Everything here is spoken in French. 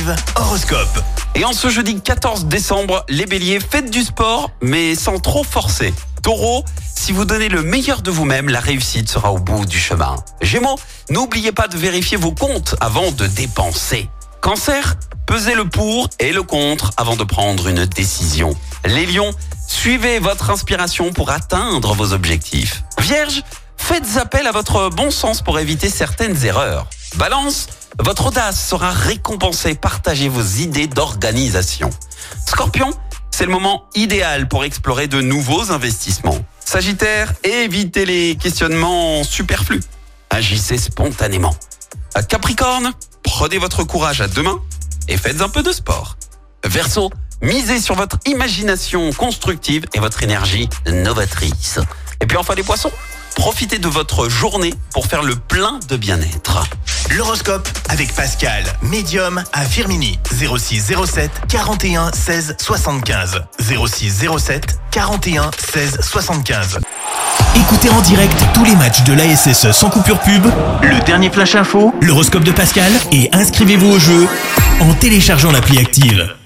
Active Horoscope. Et en ce jeudi 14 décembre, les béliers, faites du sport, mais sans trop forcer. Taureau, si vous donnez le meilleur de vous-même, la réussite sera au bout du chemin. Gémeaux, n'oubliez pas de vérifier vos comptes avant de dépenser. Cancer, pesez le pour et le contre avant de prendre une décision. Les lions, suivez votre inspiration pour atteindre vos objectifs. Vierge, faites appel à votre bon sens pour éviter certaines erreurs. Balance, votre audace sera récompensée. Partagez vos idées d'organisation. Scorpion, c'est le moment idéal pour explorer de nouveaux investissements. Sagittaire, évitez les questionnements superflus. Agissez spontanément. Capricorne, prenez votre courage à deux mains et faites un peu de sport. Verseau, misez sur votre imagination constructive et votre énergie novatrice. Et puis enfin les poissons, profitez de votre journée pour faire le plein de bien-être. L'horoscope avec Pascal, médium à Firminy. 06 07 41 16 75. 06 07 41 16 75. Écoutez en direct tous les matchs de l'ASSE sans coupure pub, le dernier flash info, l'horoscope de Pascal et inscrivez-vous au jeu en téléchargeant l'appli Active.